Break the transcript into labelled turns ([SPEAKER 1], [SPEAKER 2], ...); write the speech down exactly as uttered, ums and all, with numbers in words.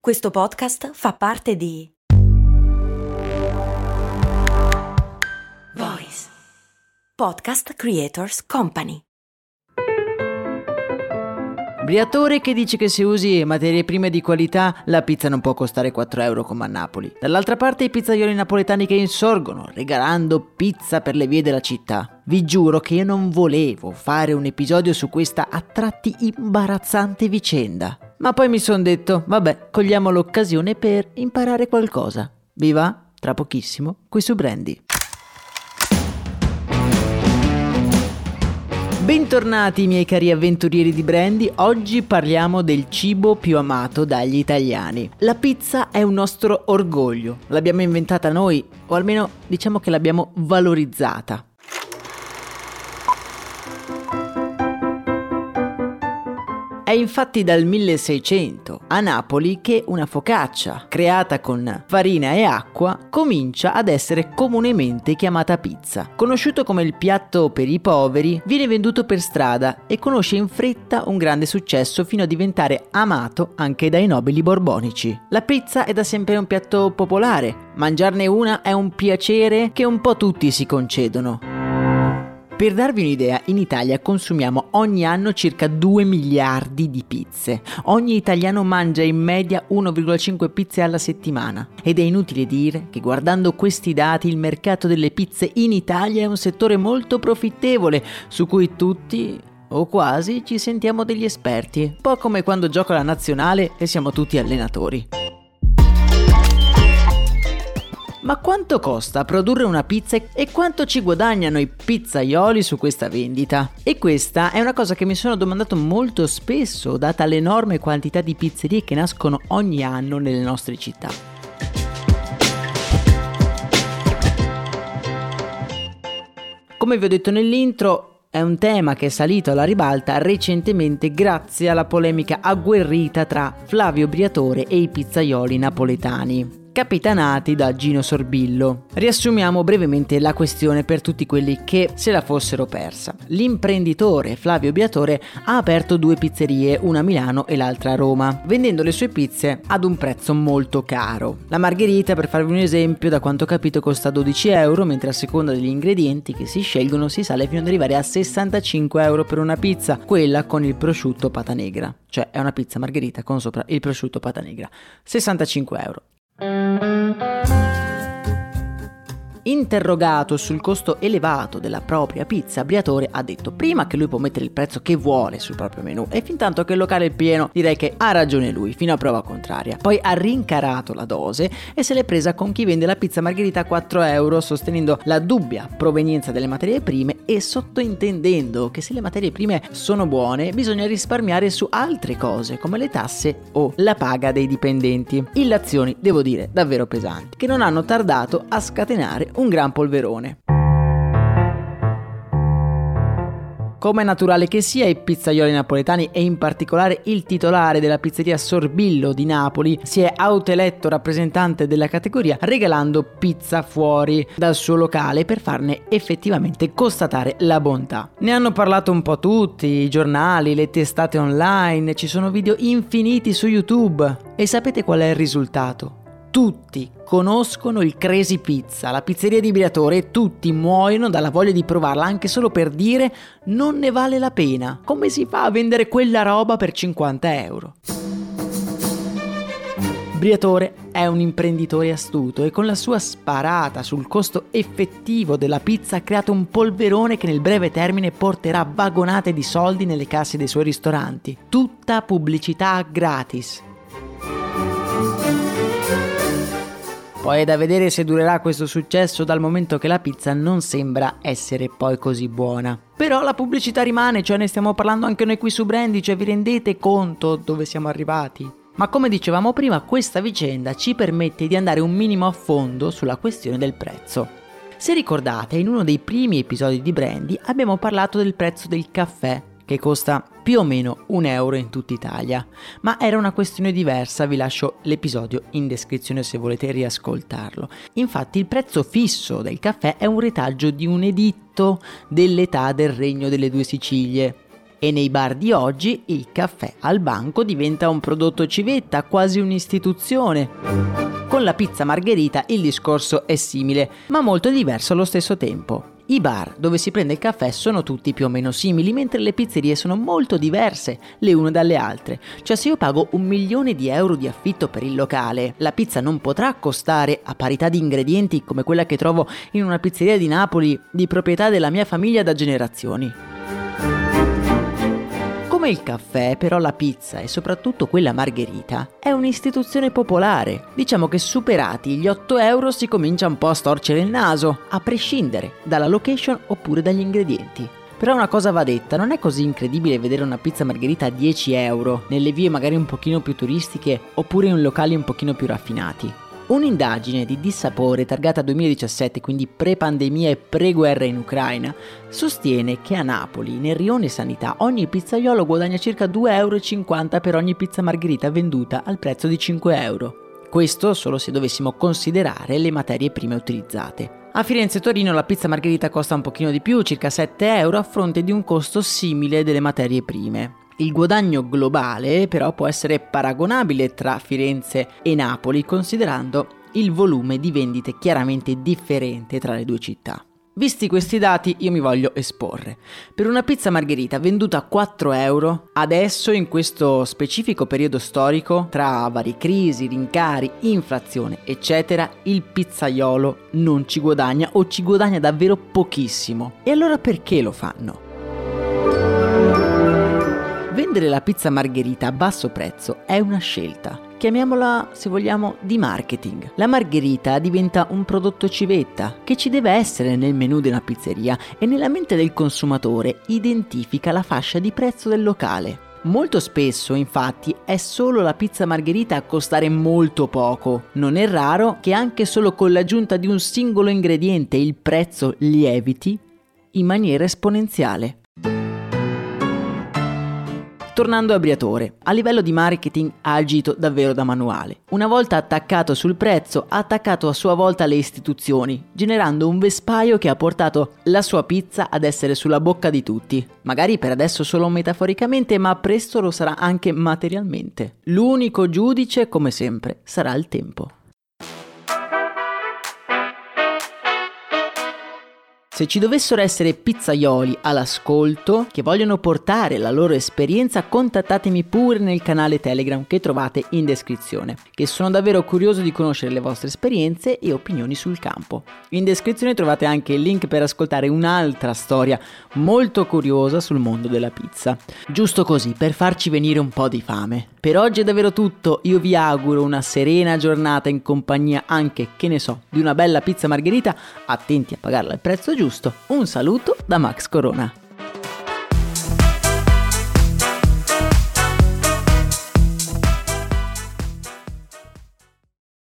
[SPEAKER 1] Questo podcast fa parte di Voice Podcast Creators Company.
[SPEAKER 2] Briatore che dice che se usi materie prime di qualità la pizza non può costare quattro euro come a Napoli. Dall'altra parte i pizzaioli napoletani che insorgono regalando pizza per le vie della città. Vi giuro che io non volevo fare un episodio su questa a tratti imbarazzante vicenda, ma poi mi son detto vabbè, cogliamo l'occasione per imparare qualcosa. Vi va? Tra pochissimo qui su Brandy. Bentornati miei cari avventurieri di Brandy, oggi parliamo del cibo più amato dagli italiani. La pizza è un nostro orgoglio, l'abbiamo inventata noi, o almeno diciamo che l'abbiamo valorizzata. È infatti dal milleseicento a Napoli che una focaccia, creata con farina e acqua, comincia ad essere comunemente chiamata pizza. Conosciuto come il piatto per i poveri, viene venduto per strada e conosce in fretta un grande successo fino a diventare amato anche dai nobili borbonici. La pizza è da sempre un piatto popolare, mangiarne una è un piacere che un po' tutti si concedono. Per darvi un'idea, in Italia consumiamo ogni anno circa due miliardi di pizze. Ogni italiano mangia in media uno virgola cinque pizze alla settimana. Ed è inutile dire che guardando questi dati il mercato delle pizze in Italia è un settore molto profittevole, su cui tutti, o quasi, ci sentiamo degli esperti. Un po' come quando gioca la nazionale e siamo tutti allenatori. Ma quanto costa produrre una pizza e quanto ci guadagnano i pizzaioli su questa vendita? E questa è una cosa che mi sono domandato molto spesso, data l'enorme quantità di pizzerie che nascono ogni anno nelle nostre città. Come vi ho detto nell'intro, è un tema che è salito alla ribalta recentemente grazie alla polemica agguerrita tra Flavio Briatore e i pizzaioli napoletani, capitanati da Gino Sorbillo. Riassumiamo brevemente la questione per tutti quelli che se la fossero persa. L'imprenditore Flavio Briatore ha aperto due pizzerie, una a Milano e l'altra a Roma, vendendo le sue pizze ad un prezzo molto caro. La margherita, per farvi un esempio, da quanto ho capito costa dodici euro, mentre a seconda degli ingredienti che si scelgono si sale fino ad arrivare a sessantacinque euro per una pizza, quella con il prosciutto pata negra. Cioè è una pizza margherita con sopra il prosciutto pata negra. sessantacinque euro. Interrogato sul costo elevato della propria pizza, Briatore ha detto prima che lui può mettere il prezzo che vuole sul proprio menù e fin tanto che il locale è pieno direi che ha ragione lui, fino a prova contraria. Poi ha rincarato la dose e se l'è presa con chi vende la pizza margherita a quattro euro, sostenendo la dubbia provenienza delle materie prime e sottointendendo che se le materie prime sono buone bisogna risparmiare su altre cose come le tasse o la paga dei dipendenti. Illazioni, devo dire, davvero pesanti, che non hanno tardato a scatenare un gran polverone. Come è naturale che sia, i pizzaioli napoletani e in particolare il titolare della pizzeria Sorbillo di Napoli si è autoeletto rappresentante della categoria regalando pizza fuori dal suo locale per farne effettivamente constatare la bontà. Ne hanno parlato un po' tutti, i giornali, le testate online, ci sono video infiniti su YouTube e sapete qual è il risultato? Tutti conoscono il Crazy Pizza, la pizzeria di Briatore, e tutti muoiono dalla voglia di provarla anche solo per dire non ne vale la pena. Come si fa a vendere quella roba per cinquanta euro? Briatore è un imprenditore astuto e con la sua sparata sul costo effettivo della pizza ha creato un polverone che nel breve termine porterà vagonate di soldi nelle casse dei suoi ristoranti. Tutta pubblicità gratis. Poi è da vedere se durerà questo successo dal momento che la pizza non sembra essere poi così buona. Però la pubblicità rimane, cioè ne stiamo parlando anche noi qui su Brandy, cioè vi rendete conto dove siamo arrivati? Ma come dicevamo prima, questa vicenda ci permette di andare un minimo a fondo sulla questione del prezzo. Se ricordate, in uno dei primi episodi di Brandy abbiamo parlato del prezzo del caffè, che costa più o meno un euro in tutta Italia, ma era una questione diversa, vi lascio l'episodio in descrizione se volete riascoltarlo. Infatti il prezzo fisso del caffè è un retaggio di un editto dell'età del Regno delle Due Sicilie, E nei bar di oggi il caffè al banco diventa un prodotto civetta, quasi un'istituzione. Con la pizza margherita il discorso è simile, ma molto diverso allo stesso tempo. I bar dove si prende il caffè sono tutti più o meno simili, mentre le pizzerie sono molto diverse le une dalle altre. Cioè, se io pago un milione di euro di affitto per il locale, la pizza non potrà costare a parità di ingredienti come quella che trovo in una pizzeria di Napoli di proprietà della mia famiglia da generazioni. Come il caffè, però la pizza e soprattutto quella margherita è un'istituzione popolare. Diciamo che superati gli otto euro si comincia un po' a storcere il naso, a prescindere dalla location oppure dagli ingredienti. Però una cosa va detta, non è così incredibile vedere una pizza margherita a dieci euro nelle vie magari un pochino più turistiche oppure in locali un pochino più raffinati. Un'indagine di Dissapore targata duemiladiciassette, quindi pre-pandemia e pre-guerra in Ucraina, sostiene che a Napoli, nel rione Sanità, ogni pizzaiolo guadagna circa due euro e cinquanta per ogni pizza margherita venduta al prezzo di cinque euro. Questo solo se dovessimo considerare le materie prime utilizzate. A Firenze e Torino la pizza margherita costa un pochino di più, circa sette euro, a fronte di un costo simile delle materie prime. Il guadagno globale però può essere paragonabile tra Firenze e Napoli, considerando il volume di vendite chiaramente differente tra le due città. Visti questi dati io mi voglio esporre. Per una pizza margherita venduta a quattro euro, adesso in questo specifico periodo storico, tra varie crisi, rincari, inflazione eccetera, il pizzaiolo non ci guadagna o ci guadagna davvero pochissimo. E allora perché lo fanno? Vendere la pizza margherita a basso prezzo è una scelta, chiamiamola se vogliamo di marketing. La margherita diventa un prodotto civetta che ci deve essere nel menù di una pizzeria e nella mente del consumatore identifica la fascia di prezzo del locale. Molto spesso, infatti, è solo la pizza margherita a costare molto poco. Non è raro che anche solo con l'aggiunta di un singolo ingrediente il prezzo lieviti in maniera esponenziale. Tornando a Briatore, a livello di marketing ha agito davvero da manuale. Una volta attaccato sul prezzo, ha attaccato a sua volta le istituzioni, generando un vespaio che ha portato la sua pizza ad essere sulla bocca di tutti. Magari per adesso solo metaforicamente, ma presto lo sarà anche materialmente. L'unico giudice, come sempre, sarà il tempo. Se ci dovessero essere pizzaioli all'ascolto che vogliono portare la loro esperienza, contattatemi pure nel canale Telegram che trovate in descrizione, che sono davvero curioso di conoscere le vostre esperienze e opinioni sul campo. In descrizione trovate anche il link per ascoltare un'altra storia molto curiosa sul mondo della pizza. Giusto così, per farci venire un po' di fame. Per oggi è davvero tutto, io vi auguro una serena giornata in compagnia anche, che ne so, di una bella pizza margherita, attenti a pagarla al prezzo giusto. Un saluto da Max Corona.